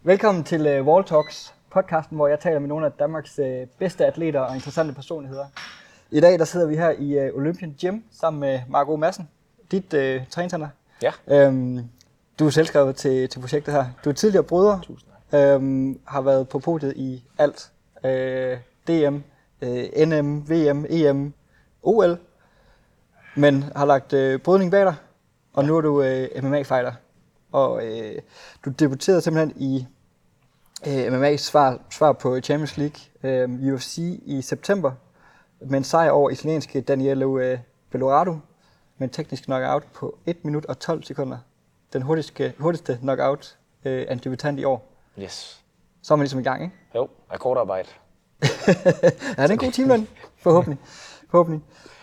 Velkommen til Wall Talks, podcasten, hvor jeg taler med nogle af Danmarks bedste atleter og interessante personligheder. I dag der sidder vi her i Olympian Gym sammen med Marco Madsen, dit træningscenter. Ja. Du er selvskrevet til projektet her. Du er tidligere bryder, har været på podiet i alt. DM, NM, VM, EM, OL, men har lagt brydning bag dig, og nu er du MMA-fighter. Og du debuterede simpelthen i MMA's svar på Champions League, UFC i september, med en sejr over italienske Daniele Belorado med en teknisk knockout på 1 minut og 12 sekunder. Den hurtigste knockout af en debutant i år. Yes. Så er man ligesom i gang, ikke? Jo, akkordarbejde. Ja, det er en god timeløn, forhåbentlig.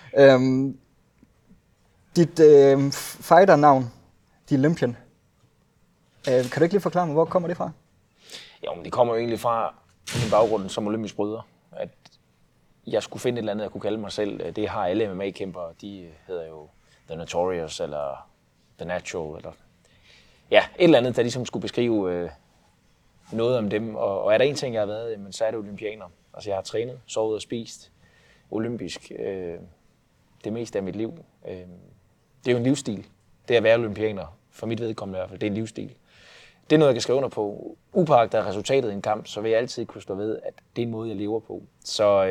Dit fighter-navn, The Olympian, kan du ikke lige forklare mig, hvor kommer det fra? Jo, men det kommer jo egentlig fra min baggrund som olympisk bryder, at jeg skulle finde et eller andet, jeg kunne kalde mig selv. Det har alle MMA-kæmpere, de hedder jo The Notorious eller The Natural, eller ja, et eller andet, der ligesom skulle beskrive noget om dem. Og er der en ting, jeg har været, jamen, så er det olympianer. Altså jeg har trænet, sovet og spist olympisk det meste af mit liv. Det er jo en livsstil, det at være olympianer, for mit vedkommende i hvert fald, det er en livsstil. Det er noget, jeg kan skrive under på. Upåagtet af resultatet i en kamp, så vil jeg altid kunne stå ved, at det er en måde, jeg lever på. Så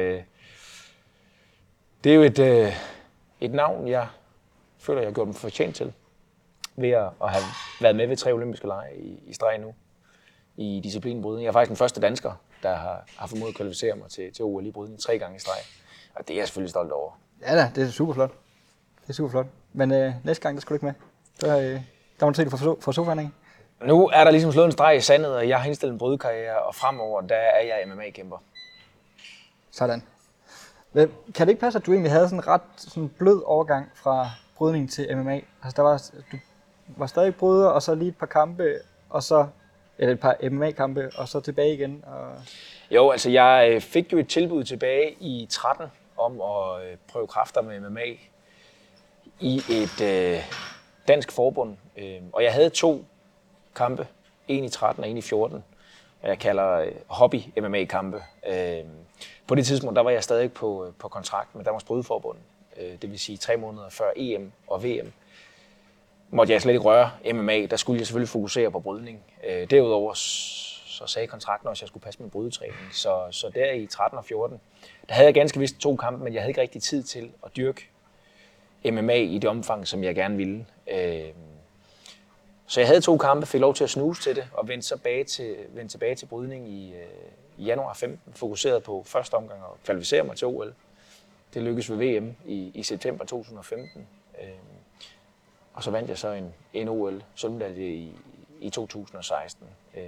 det er jo et navn, jeg føler, jeg har gjort mig fortjent til, ved at have været med ved 3 olympiske lege i streg nu, i disciplinen brydning. Jeg er faktisk den første dansker, der har formået at kvalificere mig til OL i brydning 3 gange i streg. Og det er jeg selvfølgelig stolt over. Ja da, det er super flot. Men næste gang, der skal du ikke med. Der må du se, du får sofaen, ikke? Nu er der ligesom slået en streg i sandet, og jeg har indstillet en brydekarriere, og fremover, der er jeg MMA-kæmper. Sådan. Kan det ikke passe, at du egentlig havde sådan en ret blød overgang fra brydning til MMA? Altså du var stadig bryder, og så lige et par kampe, og så eller et par MMA-kampe, og så tilbage igen? Jo, altså jeg fik jo et tilbud tilbage i 13 om at prøve kræfter med MMA i et dansk forbund. Og jeg havde 2 kampe, en i 13 og en i 14, og jeg kalder hobby-MMA-kampe. På det tidspunkt, der var jeg stadig på kontrakt med Danmarks Brydeforbund, det vil sige 3 måneder før EM og VM. Måtte jeg slet ikke røre MMA, der skulle jeg selvfølgelig fokusere på brydning. Derudover så sagde kontrakten også, at jeg skulle passe min brydetræning. Så der i 13 og 14, der havde jeg ganske vist 2 kampe, men jeg havde ikke rigtig tid til at dyrke MMA i det omfang, som jeg gerne ville. Så jeg havde 2 kampe, fik lov til at snuse til det, og vendte tilbage til brydning i januar 15, fokuseret på første omgang at kvalificere mig til OL. Det lykkedes ved VM i september 2015. Og så vandt jeg så en OL sølvmedalje i 2016.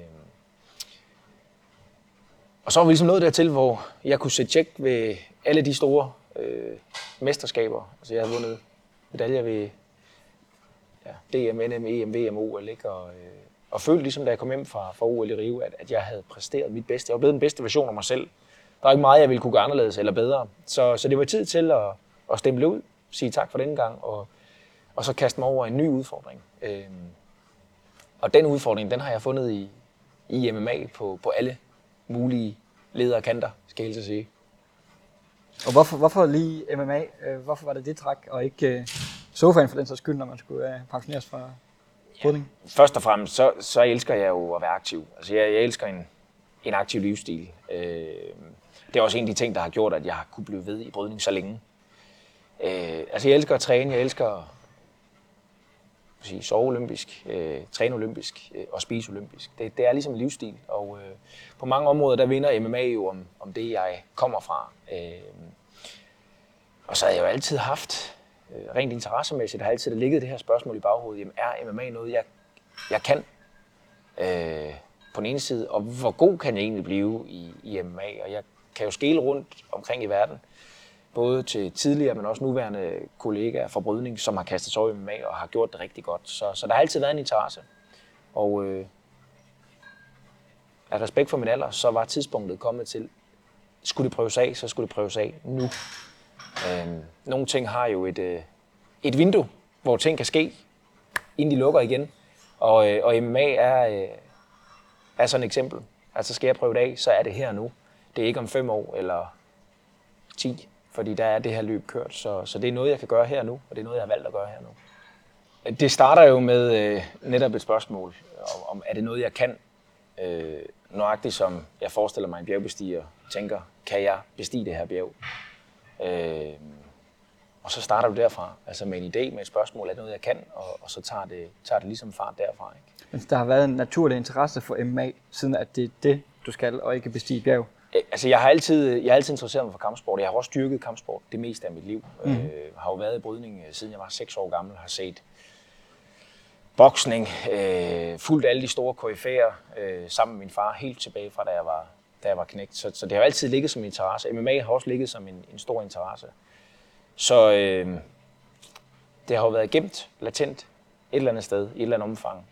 Og så var vi ligesom nået dertil, hvor jeg kunne sætte tjek ved alle de store mesterskaber. Altså jeg havde vundet medaljer ved DM, NM, EM, VM, OL, ikke? Og følte ligesom, da jeg kom hjem fra OL i Rio, at jeg havde præsteret mit bedste. Jeg var blevet den bedste version af mig selv. Der var ikke meget, jeg ville kunne gøre anderledes eller bedre. Så det var tid til at stemple ud, sige tak for denne gang, og så kaste mig over en ny udfordring. Og den udfordring, den har jeg fundet i MMA på alle mulige leder og kanter, skal jeg helt sige. Og hvorfor lige MMA? Hvorfor var det træk, og ikke sofaen for den så skyld, når man skulle pensioneres fra brydning? Ja, først og fremmest, så elsker jeg jo at være aktiv. Altså jeg elsker en aktiv livsstil. Det er også en af de ting, der har gjort, at jeg har kunne blive ved i brydning så længe. Altså jeg elsker at træne, jeg elsker at sove olympisk, træne olympisk og spise olympisk. Det er ligesom en livsstil, og på mange områder, der vinder MMA jo om det, jeg kommer fra. Og så har jeg jo altid haft, rent interessemæssigt, har altid ligget det her spørgsmål i baghovedet, jamen er MMA noget, jeg kan på den ene side, og hvor god kan jeg egentlig blive i MMA? Og jeg kan jo skele rundt omkring i verden, både til tidligere, men også nuværende kollegaer fra brydning, som har kastet sig over i MMA og har gjort det rigtig godt. Så der har altid været en interesse. Og af respekt for min alder, så var tidspunktet kommet til, skulle det prøves af, så skulle det prøves af nu. Nogle ting har jo et vindue, hvor ting kan ske, inden de lukker igen. Og MMA er sådan et eksempel. Altså skal jeg prøve det af, så er det her nu. Det er ikke om 5 år eller 10, fordi der er det her løb kørt. Så det er noget, jeg kan gøre her nu, og det er noget, jeg har valgt at gøre her nu. Det starter jo med netop et spørgsmål om, er det noget, jeg kan? Nøjagtigt som jeg forestiller mig en bjergbestiger tænker, kan jeg bestige det her bjerg? Og så starter du derfra, altså med en idé, med et spørgsmål, er det noget, jeg kan? Og så tager det ligesom fart derfra. Ikke? Men der har været en naturlig interesse for MMA, siden at det er det, du skal, og ikke bestige bjerg? Altså, jeg har altid interesseret mig for kampsport. Jeg har også dyrket kampsport det meste af mit liv. Har jo været i brydning, siden jeg var 6 år gammel. Har set boksning, fulgt alle de store koryfæer sammen med min far, helt tilbage fra, da jeg var knægt. Så det har jo altid ligget som en interesse. MMA har også ligget som en stor interesse. Så det har jo været gemt, latent, et eller andet sted, i et eller andet omfang.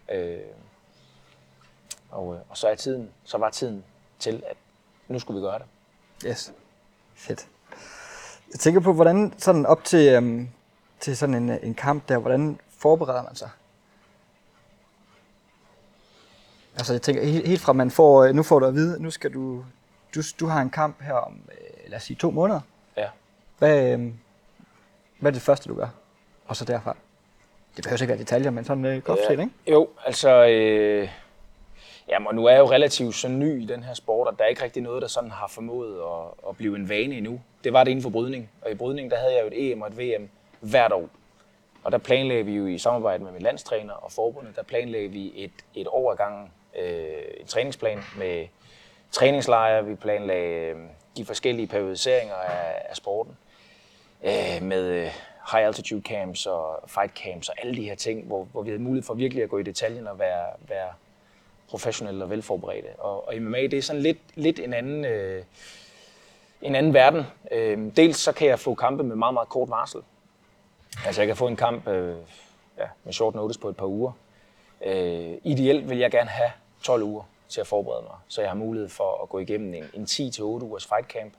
Og så var tiden til, at nu skulle vi gøre det. Yes. Fedt. Jeg tænker på, hvordan sådan op til sådan en kamp der, hvordan forbereder man sig? Altså jeg tænker helt fra man får, nu får du at vide, nu skal du har en kamp her om, lad os sige 2 måneder. Ja. Hvad er det første, du gør? Og så derfra. Det behøver ikke være detaljer, men sådan godt set, ikke? Jo, altså, og nu er jeg jo relativt så ny i den her sport, og der er ikke rigtig noget, der sådan har formået at blive en vane endnu. Det var det inden for brydning, og i brydning, der havde jeg jo et EM og et VM hvert år. Og der planlagde vi jo i samarbejde med min landstræner og forbundet, der planlagde vi et år ad gangen, en træningsplan med træningslejre. Vi planlagde de forskellige periodiseringer af sporten med high altitude camps og fight camps og alle de her ting, hvor vi havde mulighed for virkelig at gå i detaljen og være professionelle og velforberedte. Og MMA, det er sådan lidt en anden verden. Dels så kan jeg få kampe med meget, meget kort varsel. Altså jeg kan få en kamp med short notice på et par uger. Ideelt vil jeg gerne have 12 uger til at forberede mig, så jeg har mulighed for at gå igennem en 10-8 ugers fight camp.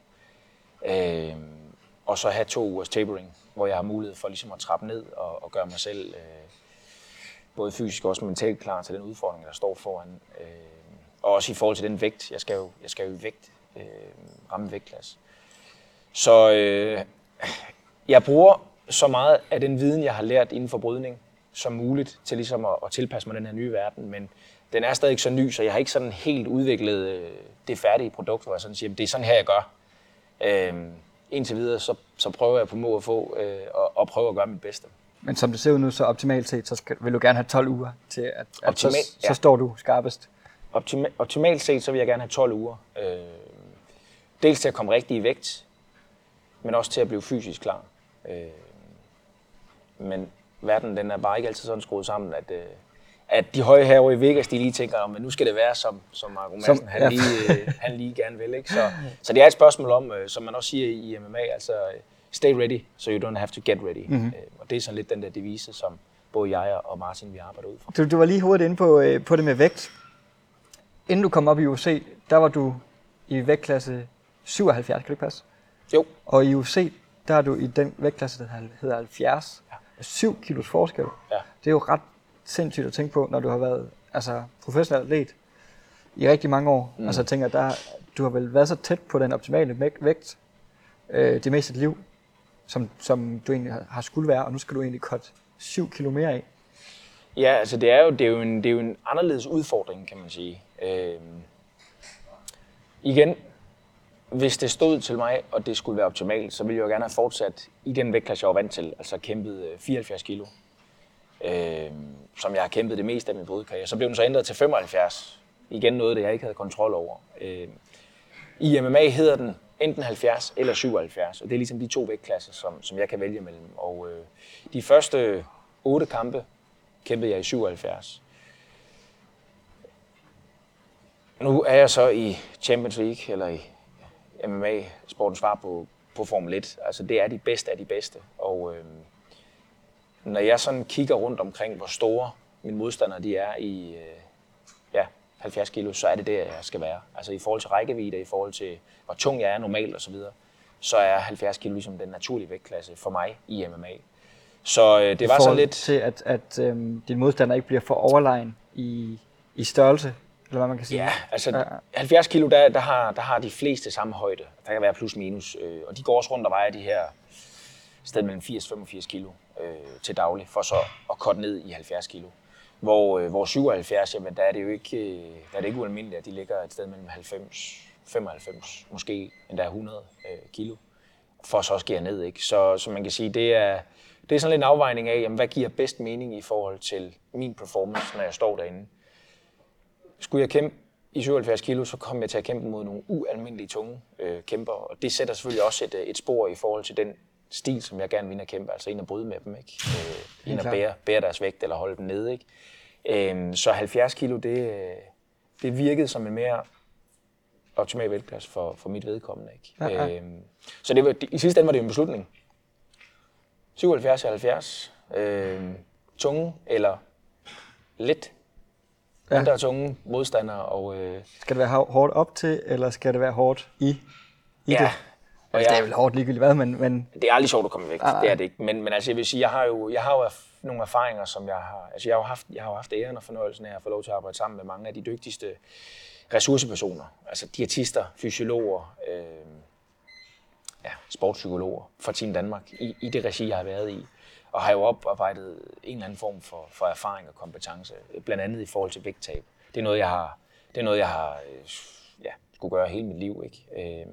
Og så have 2 ugers tapering, hvor jeg har mulighed for ligesom at trappe ned og gøre mig selv både fysisk og også mentalt klar til den udfordring, der står foran. Og også i forhold til den vægt. Jeg skal jo i vægt, ramme vægtklasse. Så jeg bruger så meget af den viden, jeg har lært inden for brydning, som muligt til ligesom at tilpasse mig den her nye verden. Men den er stadig ikke så ny, så jeg har ikke sådan helt udviklet det færdige produkt, hvor jeg sådan siger, det er sådan her, jeg gør. Indtil videre, så prøver jeg på må at få og prøve at gøre mit bedste. Men som det ser ud nu, så optimalt set, så vil du gerne have 12 uger til, at så ja. står du skarpest. Optimalt set, så vil jeg gerne have 12 uger. Dels til at komme rigtig i vægt, men også til at blive fysisk klar. Men verden, den er bare ikke altid sådan skruet sammen, at de høje herovre i Vegas, de lige tænker, men nu skal det være, som Marco Madsen, han lige gerne vil. Ikke? Så det er et spørgsmål om, som man også siger i MMA, altså stay ready, so you don't have to get ready. Mm-hmm. Og det er sådan lidt den der devise, som både jeg og Martin, vi arbejder ud fra. Du var lige hurtigt inde på det med vægt. Inden du kom op i UFC, der var du i vægtklasse 77, kan det ikke passe? Jo. Og i UFC, der er du i den vægtklasse, der hedder 70. Ja. 7 kilos forskel. Ja. Det er jo ret sindssygt at tænke på, når du har været professionel atlet i rigtig mange år. Altså jeg tænker, du har vel været så tæt på den optimale vægt det meste af dit liv, som du egentlig har skulle være, og nu skal du egentlig cutte 7 kilo mere af. Ja, altså det er jo en anderledes udfordring, kan man sige. Igen, hvis det stod til mig, og det skulle være optimalt, så ville jeg jo gerne have fortsat i den vægtklasse, jeg var vant til, altså kæmpet 74 kilo, som jeg har kæmpet det meste af min brydkarriere. Så blev den så ændret til 75. Igen noget, det jeg ikke havde kontrol over. I MMA hedder den enten 70 eller 77, og det er ligesom de 2 vægtklasser, som jeg kan vælge mellem. Og de første 8 kampe kæmpede jeg i 77. Nu er jeg så i Champions League, eller i MMA-sportens svar på Formel 1. Altså det er de bedste af de bedste. Og når jeg sådan kigger rundt omkring, hvor store mine modstandere de er i 70 kilo, så er det der, jeg skal være. Altså i forhold til rækkevidde, i forhold til hvor tung jeg er normalt osv., så er 70 kilo ligesom den naturlige vægtklasse for mig i MMA. Så det var sådan lidt... til at din modstander ikke bliver for overlegen i størrelse, Eller hvad man kan sige? Ja, altså 70 kilo, der har de fleste samme højde. Der kan være plus minus. Og de går også rundt og vejer de her sted mellem 80-85 kilo til daglig, for så at korte ned i 70 kilo. Hvor 77, jamen, der er det jo ikke, ualmindeligt, at de ligger et sted mellem 90, 95, måske endda 100 kilo, for så at skære ned. Ikke? Så man kan sige, det er sådan lidt en afvejning af, jamen, hvad giver bedst mening i forhold til min performance, når jeg står derinde. Skulle jeg kæmpe i 77 kilo, så kommer jeg til at kæmpe mod nogle ualmindelige tunge kæmper, og det sætter selvfølgelig også et spor i forhold til den stil, som jeg gerne vil at kæmpe, altså ind og bryde med dem, ikke? Ind og bære deres vægt eller holde dem nede, ikke? Så 70 kilo, det virkede som en mere optimal vægtklasse for mit vedkommende, ikke? Ja. Så det var, i sidste ende var det en beslutning. 77 eller 70, tunge eller let. Andre tunge modstandere. Og, skal det være hårdt op til, eller skal det være hårdt i det? Og det er vel hårdt ligegyldigt hvad, men... Det er aldrig sjovt at komme væk, det er det ikke. Men altså jeg vil sige, jeg har jo nogle erfaringer, som jeg har... Altså jeg har jo haft æren og fornøjelsen af at få lov til at arbejde sammen med mange af de dygtigste ressourcepersoner. Altså diætister, fysiologer, sportspsykologer fra Team Danmark i det regi, jeg har været i. Og har jo oparbejdet en eller anden form for erfaring og kompetence, blandt andet i forhold til vægttab. Det er noget, jeg har skulle gøre hele mit liv, ikke?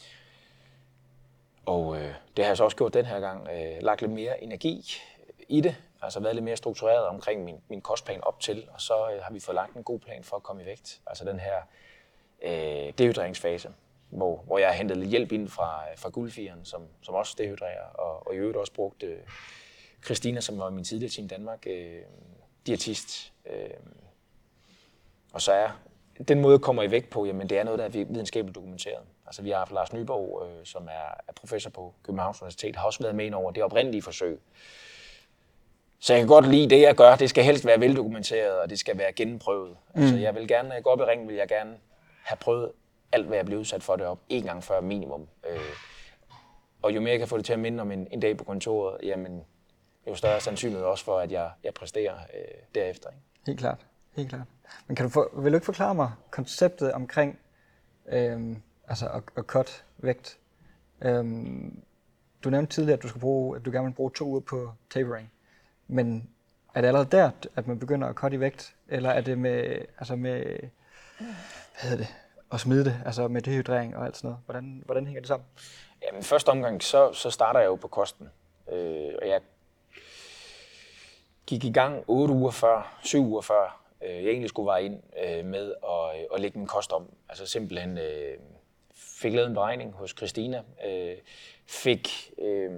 Det har jeg så også gjort den her gang. Lagt lidt mere energi i det, altså været lidt mere struktureret omkring min kostplan op til, og så har vi fået lagt en god plan for at komme i vægt. Altså den her dehydreringsfase, hvor jeg har hentet lidt hjælp ind fra Guldfireren, som også dehydrerer, og i øvrigt også brugt Christina, som var min tidligere Team Danmark diætist. Og så er den måde, jeg kommer i vægt på, jamen det er noget, der er videnskabeligt dokumenteret. Altså vi har haft Lars Nyborg, som er professor på Københavns Universitet, har også været med ind over det oprindelige forsøg. Så jeg kan godt lide det, jeg gør. Det skal helst være veldokumenteret, og det skal være gennemprøvet. Altså jeg vil gerne, når jeg går op i ringen, vil jeg gerne have prøvet alt, hvad jeg bliver udsat for det op, en gang før minimum. Og jo mere jeg kan få det til at minde om en dag på kontoret, jamen jo større sandsynlighed også for, at jeg præsterer derefter. Ikke? Helt klart. Men vil du ikke forklare mig konceptet omkring at cut vægt? Du nævnte tidligere, at du gerne vil bruge 2 uger på tapering. Men er det allerede der, at man begynder at cutte i vægt? Eller er det med at smide det, altså med dehydrering og alt sådan noget? Hvordan hænger det sammen? Jamen, første omgang, så starter jeg jo på kosten. Og jeg gik i gang 7 uger før, jeg egentlig skulle være ind med at lægge min kost om. Altså simpelthen fik lavet en beregning hos Christina, fik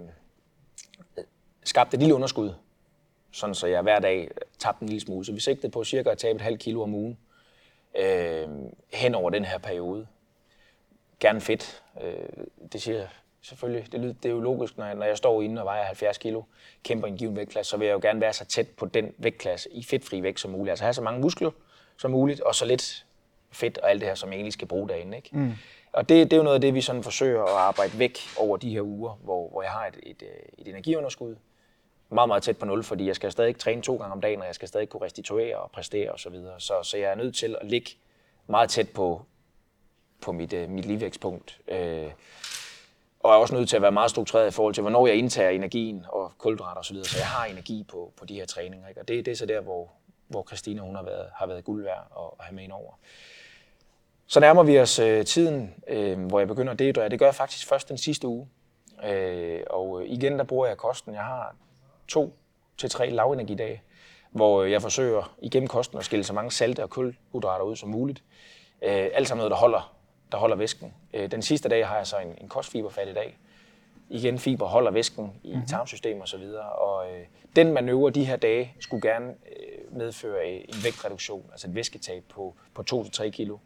skabt et lille underskud, sådan så jeg hver dag tabte en lille smule. Så vi sigtede på cirka at tabe 0,5 kilo om ugen hen over den her periode. Gerne fedt. Det siger selvfølgelig, det er jo logisk, når jeg står inde og vejer 70 kilo, kæmper i en given vægtklasse, så vil jeg jo gerne være så tæt på den vægtklasse i fedtfri vægt som muligt. Altså have så mange muskler som muligt, og så lidt fedt og alt det her, som jeg egentlig skal bruge derinde. Ikke? Mm. Og det er jo noget af det, vi sådan forsøger at arbejde væk over de her uger, hvor jeg har et energiunderskud. Meget, meget tæt på 0, fordi jeg skal stadig træne 2 gange om dagen, og jeg skal stadig kunne restituere og præstere osv. Så jeg er nødt til at ligge meget tæt på mit ligevægtspunkt. Og er også nødt til at være meget struktureret i forhold til, hvornår jeg indtager energien og kulhydrater osv., så jeg har energi på de her træninger. Ikke? Og det er så der, hvor Christina hun har været guld værd at have med ind over. Så nærmer vi os tiden, hvor jeg begynder at dehydrere. Det gør jeg faktisk først den sidste uge. Og igen, der bruger jeg kosten. Jeg har 2 til 3 lavenergidage, hvor jeg forsøger igennem kosten at skille så mange salte og kulhydrater ud som muligt. Alt sammen noget, der holder væsken. Den sidste dag har jeg så en kostfiberfattig dag. Igen, fiber holder væsken i tarmsystemet osv. Og den manøvre de her dage skulle gerne medføre en vægtreduktion, altså et væsketab på 2-3 kilo.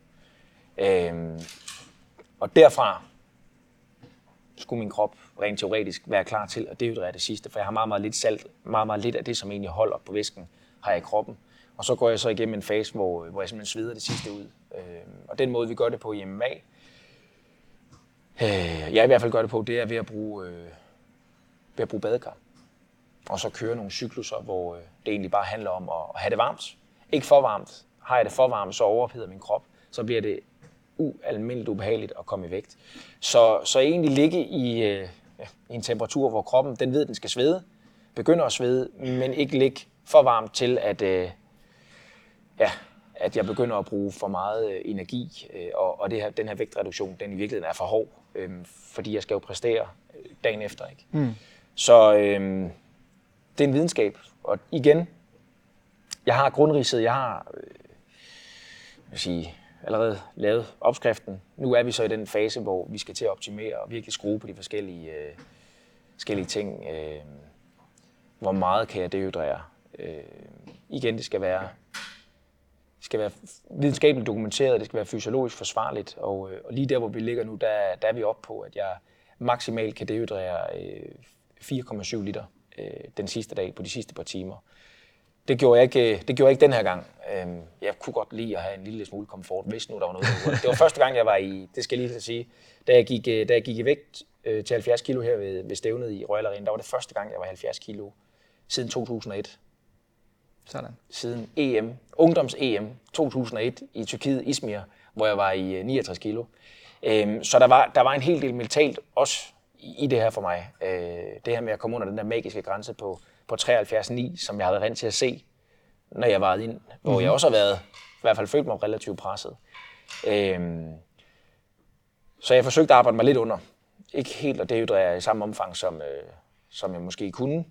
Og derfra skulle min krop rent teoretisk være klar til at dehydrere det sidste, for jeg har meget, meget lidt salt, meget, meget lidt af det, som egentlig holder på væsken, har jeg i kroppen. Og så går jeg så igennem en fase, hvor jeg simpelthen sveder det sidste ud. Og den måde, vi gør det på i MMA, jeg i hvert fald gør det på, det er ved at bruge badekar. Og så køre nogle cykluser, hvor det egentlig bare handler om at have det varmt. Ikke for varmt, har jeg det for varmt, så overopheder min krop, så bliver det ualmindeligt ubehageligt at komme i vægt. Så egentlig ligge i en temperatur, hvor kroppen den ved, at den skal svede, begynder at svede, men ikke ligge for varmt til, at jeg begynder at bruge for meget energi, og den her vægtreduktion, den i virkeligheden er for hård, fordi jeg skal jo præstere dagen efter. Ikke? Mm. Så det er en videnskab, og igen, jeg har grundridset, jeg har allerede lavet opskriften. Nu er vi så i den fase, hvor vi skal til at optimere og virkelig skrue på de forskellige ting. Hvor meget kan jeg dehydrere? Igen, det skal være videnskabeligt dokumenteret, det skal være fysiologisk forsvarligt, og lige der, hvor vi ligger nu, der er vi oppe på, at jeg maksimalt kan dehydrere 4,7 liter den sidste dag på de sidste par timer. Det gjorde jeg ikke den her gang. Jeg kunne godt lide at have en lille smule komfort, hvis nu der var noget. Det var første gang, jeg var i, det skal jeg lige sige, da jeg gik i vægt til 70 kilo her ved stævnet i Royal Arena, der var det første gang, jeg var 70 kilo siden 2001. Sådan. Siden ungdoms-EM 2001 i Tyrkiet, Izmir, hvor jeg var i 69 kilo. Så der var en hel del mentalt også i det her for mig. Det her med at komme under den der magiske grænse på 73,9, som jeg havde været vant til at se, når jeg var ind, hvor jeg også har været, i hvert fald følt mig relativt presset. Så jeg forsøgte at arbejde mig lidt under. Ikke helt at dehydrere i samme omfang, som jeg måske kunne.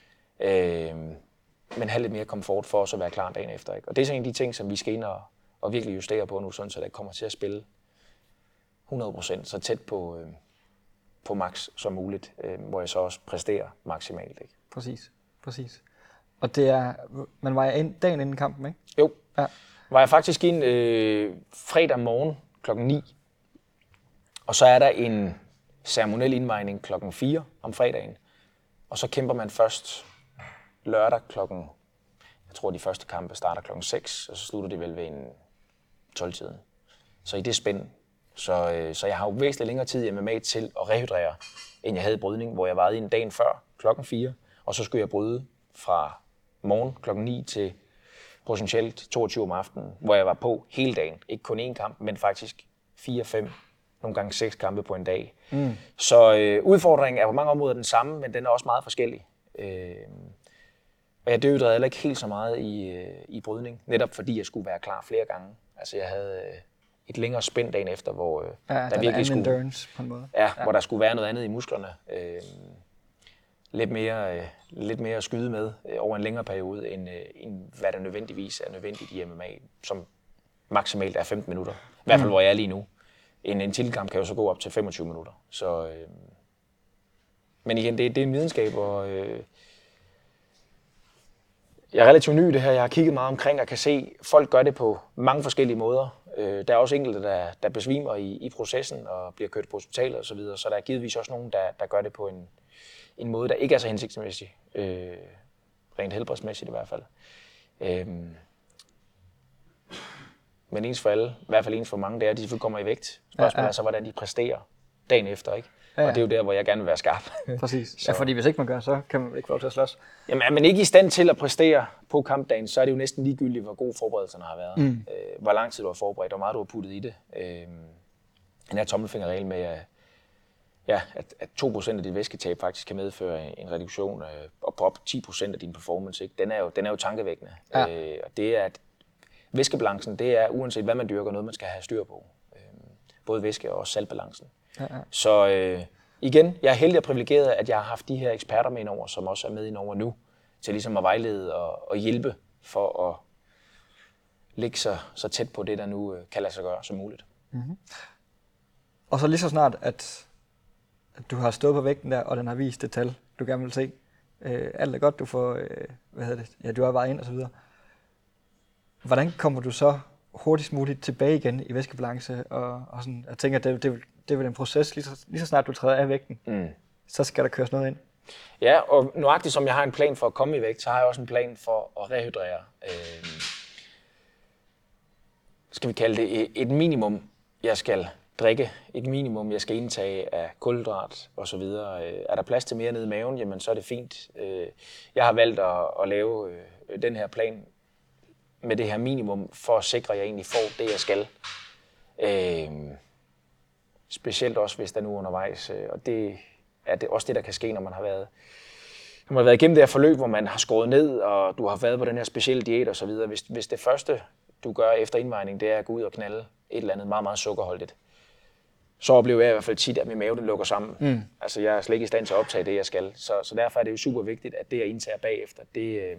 Men have lidt mere komfort for os at være klar dagen efter. Ikke? Og det er sådan en af de ting, som vi skal ind og virkelig justere på nu, sådan, så det kommer til at spille 100% så tæt på max som muligt, hvor jeg så også præsterer maksimalt. Ikke? Præcis. Og det er, man var ind dagen inden kampen, ikke? Jo, ja. Var jeg faktisk ind fredag morgen klokken 9, og så er der en ceremoniel indvejning klokken 4 om fredagen, og så kæmper man først lørdag klokken, jeg tror de første kampe starter klokken 6, og så slutter de vel ved en 12-tiden. Så i det spænd. Så jeg har jo væsentligt længere tid i MMA til at rehydrere, end jeg havde i brydning, hvor jeg var inde dagen før klokken 4, og så skulle jeg bryde fra morgen klokken 9 til potentielt 22 om aftenen, hvor jeg var på hele dagen. Ikke kun én kamp, men faktisk 4, 5, nogle gange 6 kampe på en dag. Mm. Så udfordringen er på mange områder den samme, men den er også meget forskellig. Og jeg dehydrerede heller ikke helt så meget i brydning, netop fordi jeg skulle være klar flere gange. Altså jeg havde et længere spænd dagen efter, hvor der virkelig skulle endurance på en måde. Ja, hvor der skulle være noget andet i musklerne. Lidt mere at skyde med over en længere periode, end hvad der nødvendigvis er nødvendigt i MMA, som maksimalt er 15 minutter. I hvert fald, hvor jeg er lige nu. En titelkamp kan jo så gå op til 25 minutter. Så, men igen, det er en videnskab, og jeg er relativt ny i det her. Jeg har kigget meget omkring og kan se, at folk gør det på mange forskellige måder. Der er også enkelte, der besvimer i processen og bliver kørt på hospitalet osv., så der er givetvis også nogen, der gør det på en måde, der ikke er så hensigtsmæssig, rent helbredsmæssigt i hvert fald. Men ens for alle, i hvert fald ens for mange, det er, at de selvfølgelig kommer i vægt. Spørgsmålet er så, hvordan de præsterer dagen efter, ikke? Ja. Og det er jo der, hvor jeg gerne vil være skarp. Præcis. Ja, fordi hvis ikke man gør, så kan man ikke få lov til at slås. Jamen, er man ikke i stand til at præstere på kampdagen, så er det jo næsten ligegyldigt, hvor god forberedelserne har været. Hvor lang tid du har forberedt, hvor meget du har puttet i det. Den her tommelfingerregel med, at 2% af dit væsketab faktisk kan medføre en reduktion på op 10% af din performance. Ikke? Den er jo tankevækkende. Ja. Og det er, at væskebalancen, det er uanset hvad man dyrker, noget man skal have styr på. Både væske og saltbalancen. Ja. Så igen, jeg er heldig og privilegeret, at jeg har haft de her eksperter med indover, som også er med indover nu, til ligesom at vejlede og hjælpe for at ligge så tæt på det, der nu kan lade sig gøre som muligt. Mm-hmm. Og så lige så snart, at du har stået på vægten der, og den har vist det tal, du gerne vil se. Alt er godt, du får, du har vejet ind og så videre. Hvordan kommer du så hurtigst muligt tilbage igen i væskebalance? Og sådan, jeg tænker, at det er vel en proces, lige så snart du træder af vægten, så skal der køres noget ind. Ja, og nøjagtigt som jeg har en plan for at komme i vægt, så har jeg også en plan for at rehydrere. Skal vi kalde det et minimum, jeg skal drikke, et minimum, jeg skal indtage af kulhydrat og så videre. Er der plads til mere nede i maven, jamen så er det fint. Jeg har valgt at lave den her plan med det her minimum, for at sikre, at jeg egentlig får det, jeg skal. Specielt også, hvis der nu er undervejs. Og det er også det, der kan ske, når man har været igennem det her forløb, hvor man har skåret ned, og du har været på den her specielle diæt og så videre. Hvis det første, du gør efter indvejning, det er at gå ud og knalde et eller andet meget, meget sukkerholdigt, så oplever jeg i hvert fald tit, at min mave den lukker sammen. Altså, jeg er slet ikke i stand til at optage det, jeg skal. Så derfor er det jo super vigtigt, at det, jeg indtager bagefter, det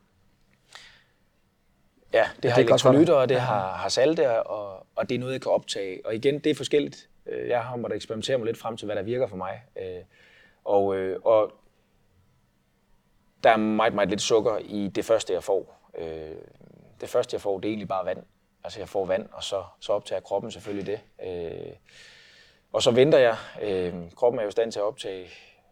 har elektrolytter, og det har salte, og det er noget, jeg kan optage. Og igen, det er forskelligt. Jeg har måttet eksperimentere mig lidt frem til, hvad der virker for mig. Og der er meget, meget lidt sukker i det første, jeg får. Det første, jeg får, det er egentlig bare vand. Altså, jeg får vand, og så optager kroppen selvfølgelig det. Og så venter jeg. Kroppen er jo i stand til at optage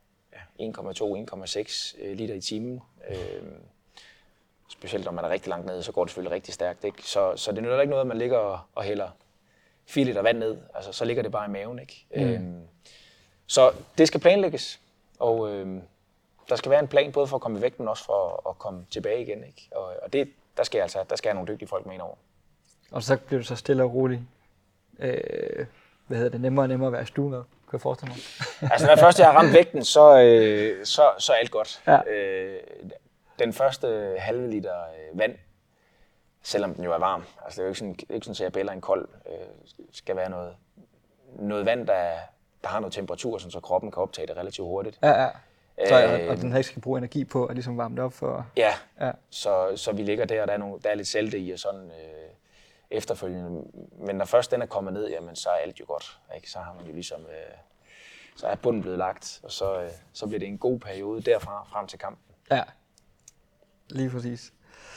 1,2-1,6 liter i timen. Specielt når man er rigtig langt nede, så går det selvfølgelig rigtig stærkt. Ikke? Så det nytter ikke noget, at man ligger og hælder 4 liter vand ned. Altså, så ligger det bare i maven. Ikke? Så det skal planlægges. Og der skal være en plan, både for at komme i vægt, men også for at komme tilbage igen. Ikke? Og det, der skal jeg nogle dygtige folk med ind over. Og så bliver du så stille og roligt. Nemmere og nemmere at være i stue med, kan jeg forestille mig. Altså, når først jeg har ramt vægten, så er alt godt. Ja. Den første halve liter vand, selvom den jo er varm, altså det er jo ikke sådan, at jeg bæller en kold, skal være noget vand, der har noget temperatur, så kroppen kan optage det relativt hurtigt. Ja. Og den her ikke skal bruge energi på at ligesom varme det op for... Ja. Så vi ligger der, og der er lidt salte i og sådan efterfølgende. Men når først den er kommet ned, jamen, så er alt jo godt. Ikke? Så har man jo ligesom... så er bunden blevet lagt, og så bliver det en god periode derfra frem til kampen. Ja, lige præcis.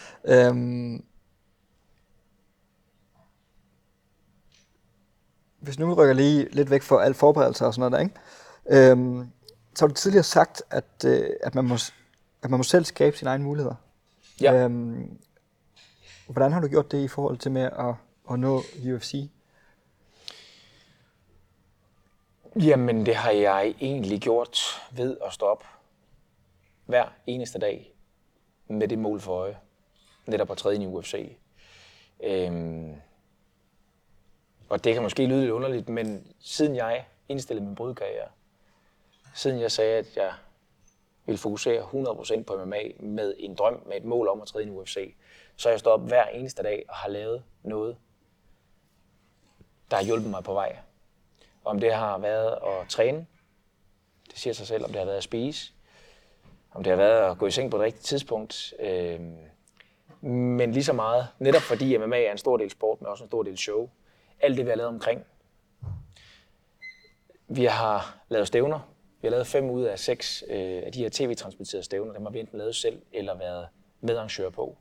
Hvis nu vi rykker lige lidt væk fra alle forberedelser og sådan noget der, ikke? Så har du tidligere sagt, at man må selv skabe sine egne muligheder. Ja. Hvordan har du gjort det i forhold til med at nå UFC? Jamen, det har jeg egentlig gjort ved at stå op hver eneste dag med det mål for øje. Netop at træde ind i UFC. Og det kan måske lyde lidt underligt, men siden jeg indstillede min brydkarriere, siden jeg sagde, at jeg ville fokusere 100% på MMA med en drøm, med et mål om at træde ind i UFC, så har jeg stået op hver eneste dag og har lavet noget, der har hjulpet mig på vej. Om det har været at træne, det siger sig selv, om det har været at spise, om det har været at gå i seng på et rigtigt tidspunkt. Men lige så meget, netop fordi MMA er en stor del sport, men også en stor del show, alt det vi har lavet omkring. Vi har lavet stævner. Vi har lavet 5 ud af 6 af de her tv-transmitterede stævner. Dem har vi enten lavet selv eller været medarrangør på.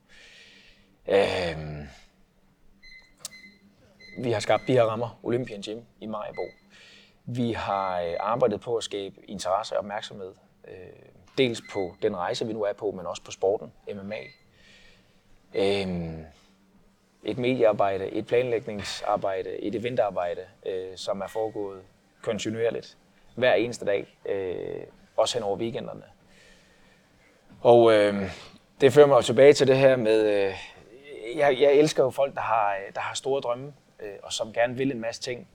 Vi har skabt de her rammer, Olympian Gym i Maribo. Vi har arbejdet på at skabe interesse og opmærksomhed. Dels på den rejse, vi nu er på, men også på sporten, MMA. Et mediearbejde, et planlægningsarbejde, et eventarbejde, som er foregået kontinuerligt hver eneste dag, også hen over weekenderne. Og det fører mig tilbage til det her med, jeg elsker jo folk, der har store drømme, og som gerne vil en masse ting.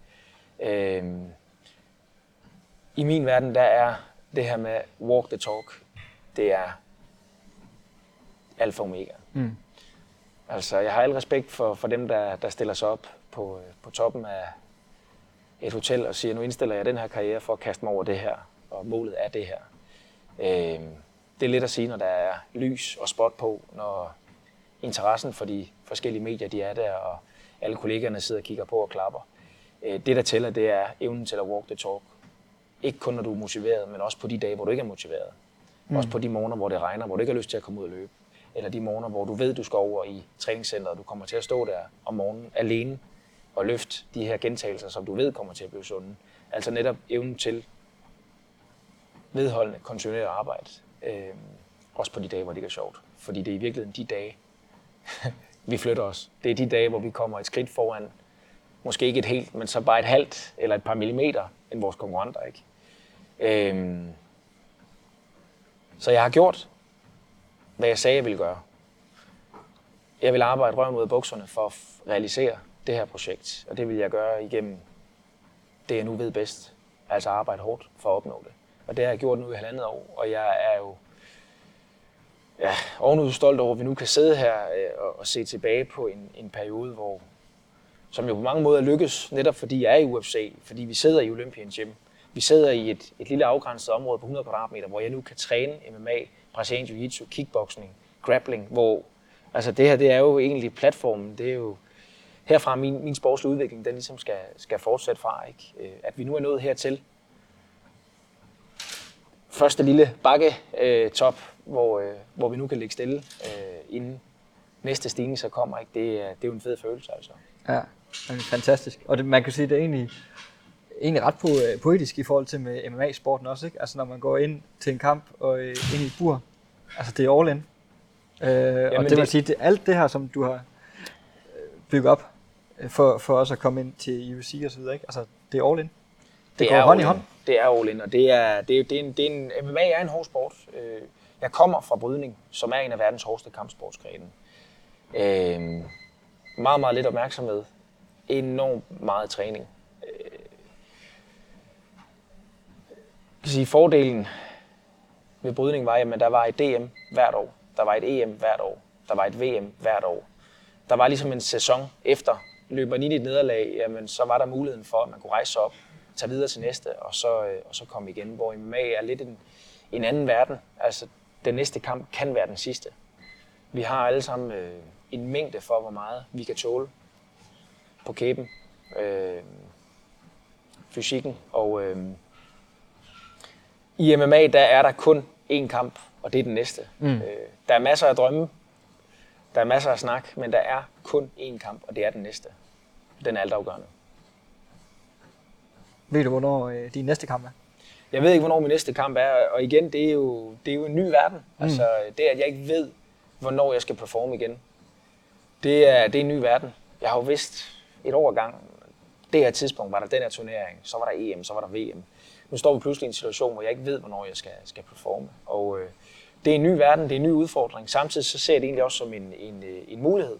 I min verden, der er det her med walk the talk, det er alfa og omega. Altså, jeg har al respekt for dem, der stiller sig op på toppen af et hotel og siger, nu indstiller jeg den her karriere for at kaste mig over det her, og målet er det her. Det er lidt at sige, når der er lys og spot på, når interessen for de forskellige medier, de er der, og alle kollegaerne sidder og kigger på og klapper. Det, der tæller, det er evnen til at walk the talk. Ikke kun, når du er motiveret, men også på de dage, hvor du ikke er motiveret. Også på de morgener, hvor det regner, hvor du ikke har lyst til at komme ud og løbe. Eller de morgener, hvor du ved, du skal over i træningscenteret, og du kommer til at stå der om morgenen alene og løfte de her gentagelser, som du ved kommer til at blive sunde. Altså netop evnen til vedholdende, kontinuerligt arbejde. Også på de dage, hvor det ikke er sjovt. Fordi det er i virkeligheden de dage, vi flytter os. Det er de dage, hvor vi kommer et skridt foran. Måske ikke et helt, men så bare et halvt eller et par millimeter end vores konkurrenter. Ikke? Så jeg har gjort, hvad jeg sagde, jeg ville gøre. Jeg vil arbejde røven ud af bukserne for at realisere det her projekt, og det vil jeg gøre igennem det, jeg nu ved bedst. Altså arbejde hårdt for at opnå det. Og det har jeg gjort nu i 1,5 år, og jeg er jo ovenud stolt over, at vi nu kan sidde her og se tilbage på en periode, som jo på mange måder lykkes, netop fordi jeg er i UFC, fordi vi sidder i Olympian Gym. Vi sidder i et lille afgrænset område på 100 kvadratmeter, hvor jeg nu kan træne MMA, Brazilian Jiu-Jitsu, kickboxing, grappling, hvor altså det her, det er jo egentlig platformen, det er jo herfra min sportslige udvikling, den ligesom skal fortsætte fra, ikke? At vi nu er nået hertil. Første lille bakketop, hvor vi nu kan ligge stille, inden næste stigning så kommer, ikke? Det er jo en fed følelse, altså. Ja, det er fantastisk. Og man kan sige, det er egentlig ret poetisk i forhold til med MMA-sporten også, ikke? Altså når man går ind til en kamp og ind i et bur, altså det er all in. Og det vil sige, det alt det her, som du har bygget op for os at komme ind til UFC og så videre, ikke? Altså det er all in. Det går hånd i hånd. Det er all in, og MMA er en hård sport. Jeg kommer fra brydning, som er en af verdens hårdeste kampsportsgrene. Meget, meget lidt opmærksomhed. Enormt meget træning. Jeg kan sige, fordelen ved brydning var, at der var et DM hvert år. Der var et EM hvert år. Der var et VM hvert år. Der var ligesom en sæson efter. Løb man ind i et nederlag, jamen, så var der muligheden for, at man kunne rejse sig op, tage videre til næste, og så komme igen. Hvor MMA er lidt en anden verden. Altså, den næste kamp kan være den sidste. Vi har alle sammen en mængde for, hvor meget vi kan tåle på kæben, fysikken. Og i MMA, der er der kun én kamp, og det er den næste. Der er masser af drømme, der er masser af snak, men der er kun én kamp, og det er den næste. Den er altafgørende. Ved du, hvornår din næste kamp er? Jeg ved ikke, hvornår min næste kamp er, og igen, det er jo en ny verden. Altså, det at jeg ikke ved, hvornår jeg skal performe igen, det er en ny verden. Jeg har jo vidst et år gang, det her tidspunkt var der den her turnering, så var der EM, så var der VM. Nu står vi pludselig i en situation, hvor jeg ikke ved, hvornår jeg skal performe. Og det er en ny verden, det er en ny udfordring. Samtidig så ser jeg det egentlig også som en mulighed.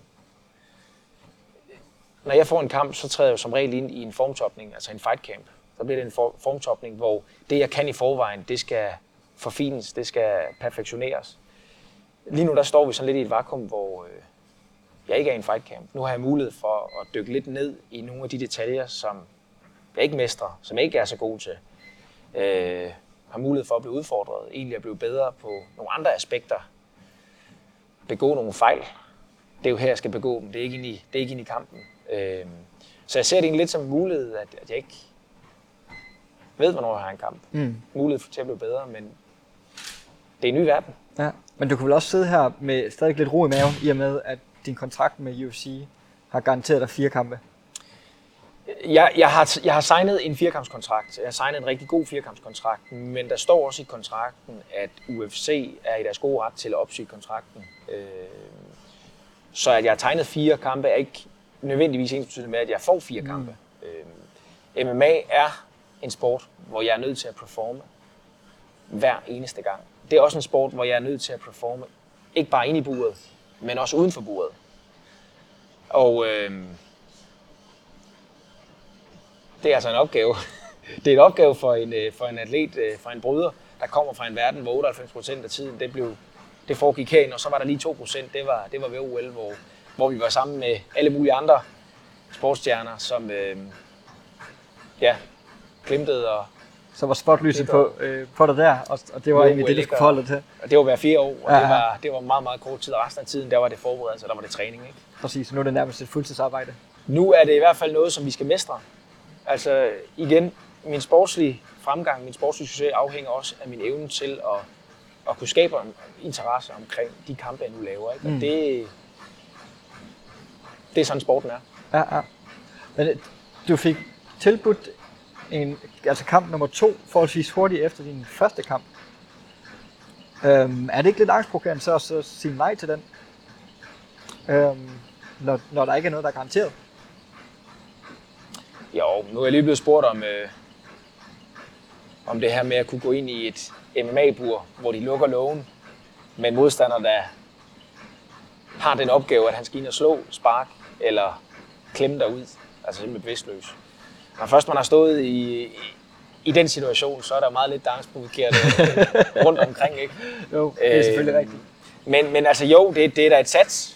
Når jeg får en kamp, så træder jeg jo som regel ind i en formtopning, altså en fight camp. Så bliver det en formtopning, hvor det, jeg kan i forvejen, det skal forfines, det skal perfektioneres. Lige nu der står vi sådan lidt i et vakuum, hvor jeg ikke er i en fight camp. Nu har jeg mulighed for at dykke lidt ned i nogle af de detaljer, som jeg ikke mestrer, som jeg ikke er så god til. Har mulighed for at blive udfordret, egentlig at blive bedre på nogle andre aspekter. Begå nogle fejl. Det er jo her, jeg skal begå dem. Det er ikke inde i kampen. Så jeg ser det egentlig lidt som en mulighed, at jeg ikke ved, hvornår jeg har en kamp. Mulighed til at blive bedre, men det er en ny verden. Ja, men du kan vel også sidde her med stadig lidt ro i maven, i og med, at din kontrakt med UFC har garanteret dig 4 kampe. Jeg har signet en 4-kampskontrakt. Jeg har signet en rigtig god 4-kampskontrakt, men der står også i kontrakten, at UFC er i deres gode ret til at opsige kontrakten. Så at jeg har tegnet 4 kampe er ikke nødvendigvis ensbetydende med, at jeg får 4 kampe. MMA er en sport, hvor jeg er nødt til at performe hver eneste gang. Det er også en sport, hvor jeg er nødt til at performe, ikke bare inde i buret, men også uden for buret. Og det er altså en opgave. Det er en opgave for en atlet, for en bryder, der kommer fra en verden, hvor 98% af tiden det foregik herinde, og så var der lige 2%, det var ved OL, hvor vi var sammen med alle mulige andre sportsstjerner, som glimtede og... Så var spotlyset på dig der, og det var egentlig det, du skulle forholde dig til. Og det var hver 4 år, og det var meget, meget kort tid, og resten af tiden, der var det forberedelse, og der var det træning, ikke? Præcis, nu er det nærmest et fuldtidsarbejde. Nu er det i hvert fald noget, som vi skal mestre. Altså igen, min sportslige fremgang, min sportslige succes afhænger også af min evne til at kunne skabe en interesse omkring de kampe, jeg nu laver, ikke? Og det er sådan, sporten er. Ja. Men du fik tilbudt kamp nummer 2 forholdsvis hurtigt efter din første kamp. Er det ikke lidt angstprovokerende så at sige nej til den? Når der ikke er noget, der er garanteret? Jo, nu er jeg lige blevet spurgt om det her med at kunne gå ind i et MMA-bur, hvor de lukker lågen med en modstander, der har den opgave, at han skal ind og slå, spark eller klemme derud, altså simpelthen bevidstløs. Når først man har stået i den situation, så er der meget lidt angstprovokeret rundt omkring, ikke? Jo, det er selvfølgelig rigtigt. Men altså jo, det er da et sats.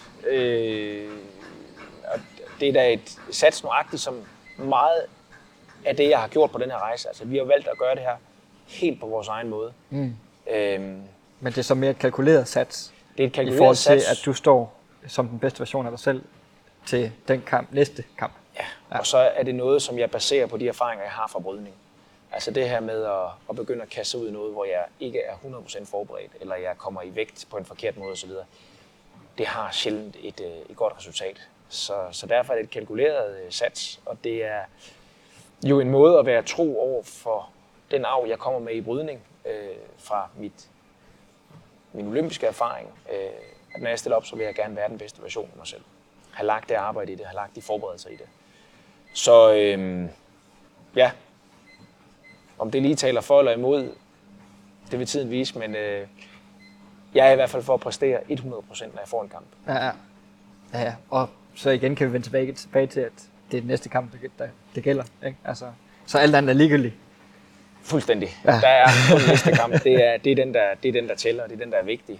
Det er da et sats nøjagtigt som meget af det, jeg har gjort på den her rejse. Altså vi har valgt at gøre det her helt på vores egen måde. Men det er så mere et kalkuleret sats? Det er et kalkuleret i forhold til, sats. at du står som den bedste version af dig selv til den kamp, næste kamp? Ja, og så er det noget, som jeg baserer på de erfaringer, jeg har fra brydning. Altså det her med at begynde at kaste ud i noget, hvor jeg ikke er 100% forberedt, eller jeg kommer i vægt på en forkert måde osv., det har sjældent et godt resultat. Så derfor er det et kalkuleret sats, og det er jo en måde at være tro over for den arv, jeg kommer med i brydning fra min olympiske erfaring. At når jeg stiller op, så vil jeg gerne være den bedste version af mig selv. Have lagt det arbejde i det, have lagt de forberedelser i det. Så ja, om det lige taler for eller imod, det vil tiden vise, men jeg er i hvert fald for at præstere 100%, når jeg får en kamp. Ja. Og så igen kan vi vende tilbage til, at det er den næste kamp, det gælder. Ikke? Altså, så alt andet er ligegyldigt. Fuldstændig. Ja. Der er kun næste kamp. Det er den, der tæller, det er den, der er vigtig.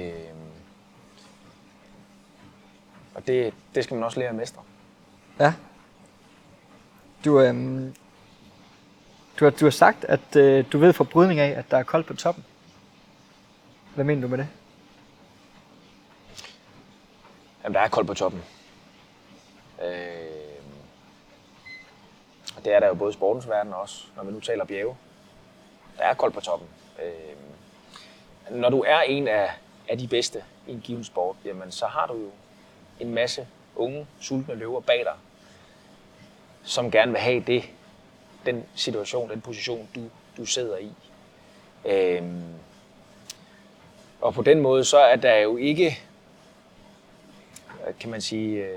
Og det skal man også lære at mestre. Ja. Du har sagt, at du ved fra brydning af, at der er koldt på toppen. Hvad mener du med det? Jamen, der er koldt på toppen. Og det er der jo både i sportens verden også, når vi nu taler bjerge. Der er koldt på toppen. Når du er en af de bedste i en given sport, jamen, så har du jo en masse unge, sultne løver bag dig, som gerne vil have den situation, den position, du sidder i. Og på den måde, så er der jo ikke, kan man sige,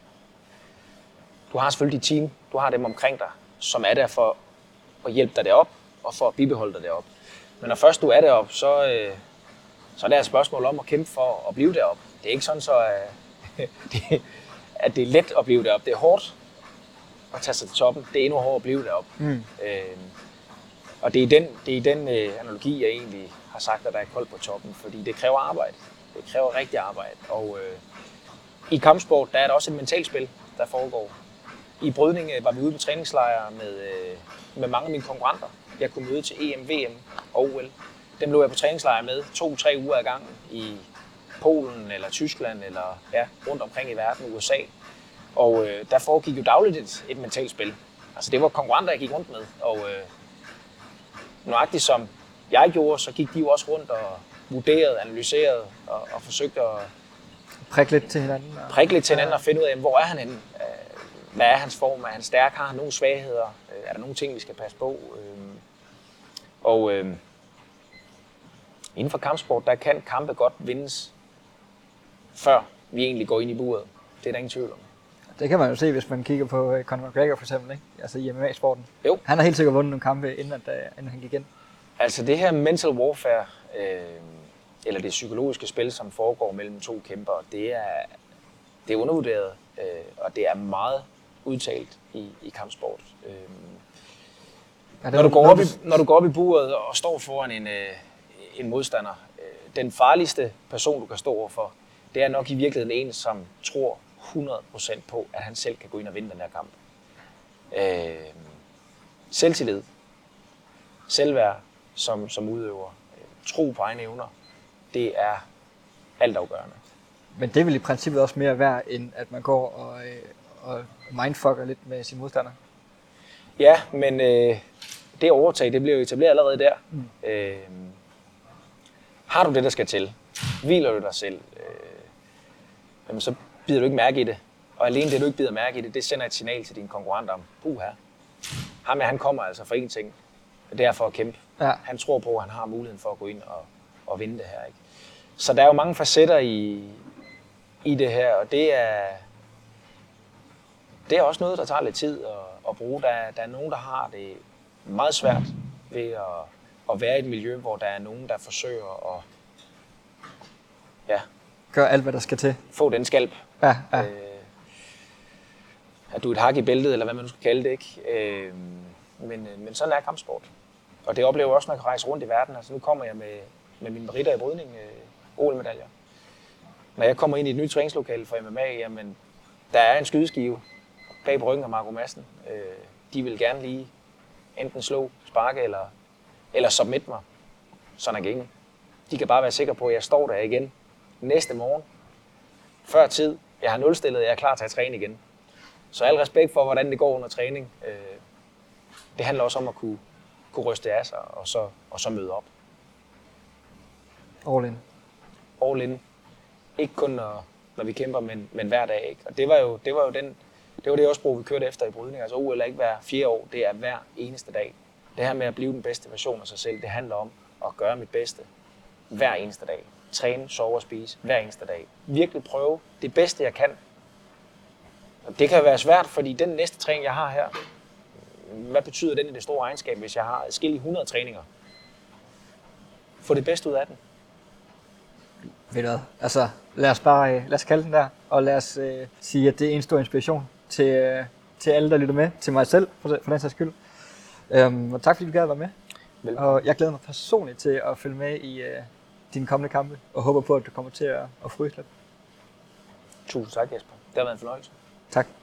du har selvfølgelig dit team, du har dem omkring dig, som er der for at hjælpe dig derop, og for at bibeholde dig derop. Men når først du er deroppe, så er det et spørgsmål om at kæmpe for at blive deroppe. Det er ikke sådan, så, at det er let at blive deroppe. Det er hårdt at tage sig til toppen. Det er endnu hårdere at blive deroppe. Og det er i den analogi, jeg egentlig har sagt, at der er koldt på toppen, fordi det kræver arbejde. Det kræver rigtig arbejde. Og i kampsport, der er der også et mentalt spil, der foregår. I brydning var vi ude på træningslejre med mange af mine konkurrenter. Jeg kunne møde til EM, VM og OL. Dem lå jeg på træningslejre med 2-3 uger ad gangen i Polen eller Tyskland eller rundt omkring i verden, USA. Og der foregik jo dagligt et mentalt spil. Altså det var konkurrenter, jeg gik rundt med. Og nøjagtigt som jeg gjorde, så gik de jo også rundt og vurderede, analyserede og forsøgte at prikke lidt til hinanden. Og finde ud af, hvor er han henne? Hvad er hans form? Er han stærk? Har han nogle svagheder? Er der nogle ting, vi skal passe på? Inden for kampsport, der kan kampe godt vindes, før vi egentlig går ind i buret. Det er der ingen tvivl om. Det kan man jo se, hvis man kigger på Conor McGregor for eksempel, ikke? Altså i MMA-sporten. Jo. Han har helt sikkert vundet nogle kampe, inden han gik ind. Altså det her mental warfare, eller det psykologiske spil, som foregår mellem to kæmpere, det er undervurderet, og det er meget udtalt i kampsport. Når du går op i buret og står foran en modstander, den farligste person, du kan stå overfor, det er nok i virkeligheden en, som tror 100% på, at han selv kan gå ind og vinde den her kamp. Selvtillid, selvværd som udøver, tro på egne evner, det er altafgørende. Men det vil i princippet også mere værd, end at man går og mindfucker lidt med sin modstander? Ja, men det overtag, det bliver jo etableret allerede der. Har du det, der skal til? Hviler du dig selv? Jamen, så bider du ikke mærke i det. Og alene det, du ikke bider mærke i det, det sender et signal til dine konkurrenter om, ham han kommer altså for én ting. Det er for at kæmpe. Ja. Han tror på, at han har muligheden for at gå ind og vinde det her. Ikke? Så der er jo mange facetter i det her, og det er også noget, der tager lidt tid at bruge. Der er nogen, der har det meget svært ved at være i et miljø, hvor der er nogen, der forsøger Gør alt, hvad der skal til. Få den skalp. Ja. At du er et hak i bæltet, eller hvad man nu skal kalde det, ikke? Men sådan er kampsport. Og det oplever jeg også, når jeg kan rejse rundt i verden. Altså nu kommer jeg med mine meritter i brydning, OL-medaljer. Når jeg kommer ind i et nyt træningslokale for MMA, jamen, der er en skydeskive bag på ryggen af Marco Madsen. De vil gerne lige enten slå, sparke eller submit mig, sådan er gængen. De kan bare være sikre på, at jeg står der igen næste morgen, før tid. Jeg har nulstillet, jeg er klar til at træne igen. Så al respekt for, hvordan det går under træning. Det handler også om at kunne ryste af sig og så møde op. All in. All in. Ikke kun når vi kæmper, men hver dag. Ikke? Og det var det også brug, vi kørte efter i brydning. Altså OL er ikke hver 4 år, det er hver eneste dag. Det her med at blive den bedste version af sig selv, det handler om at gøre mit bedste hver eneste dag. Træne, sove og spise hver eneste dag. Virkelig prøve det bedste, jeg kan. Og det kan være svært, fordi den næste træning, jeg har her, hvad betyder den i det store egenskab, hvis jeg har adskillige 100 træninger? Få det bedste ud af den. Ved du hvad? Altså, lad os kalde den der, og lad os sige, at det er en stor inspiration til alle, der lytter med, til mig selv, for den sags skyld. Og tak fordi du gad at være med. Velkommen. Og jeg glæder mig personligt til at følge med i dine kommende kampe, og håber på, at du kommer til at fryse lidt. Tusind tak, Jesper. Det har været en fornøjelse. Tak.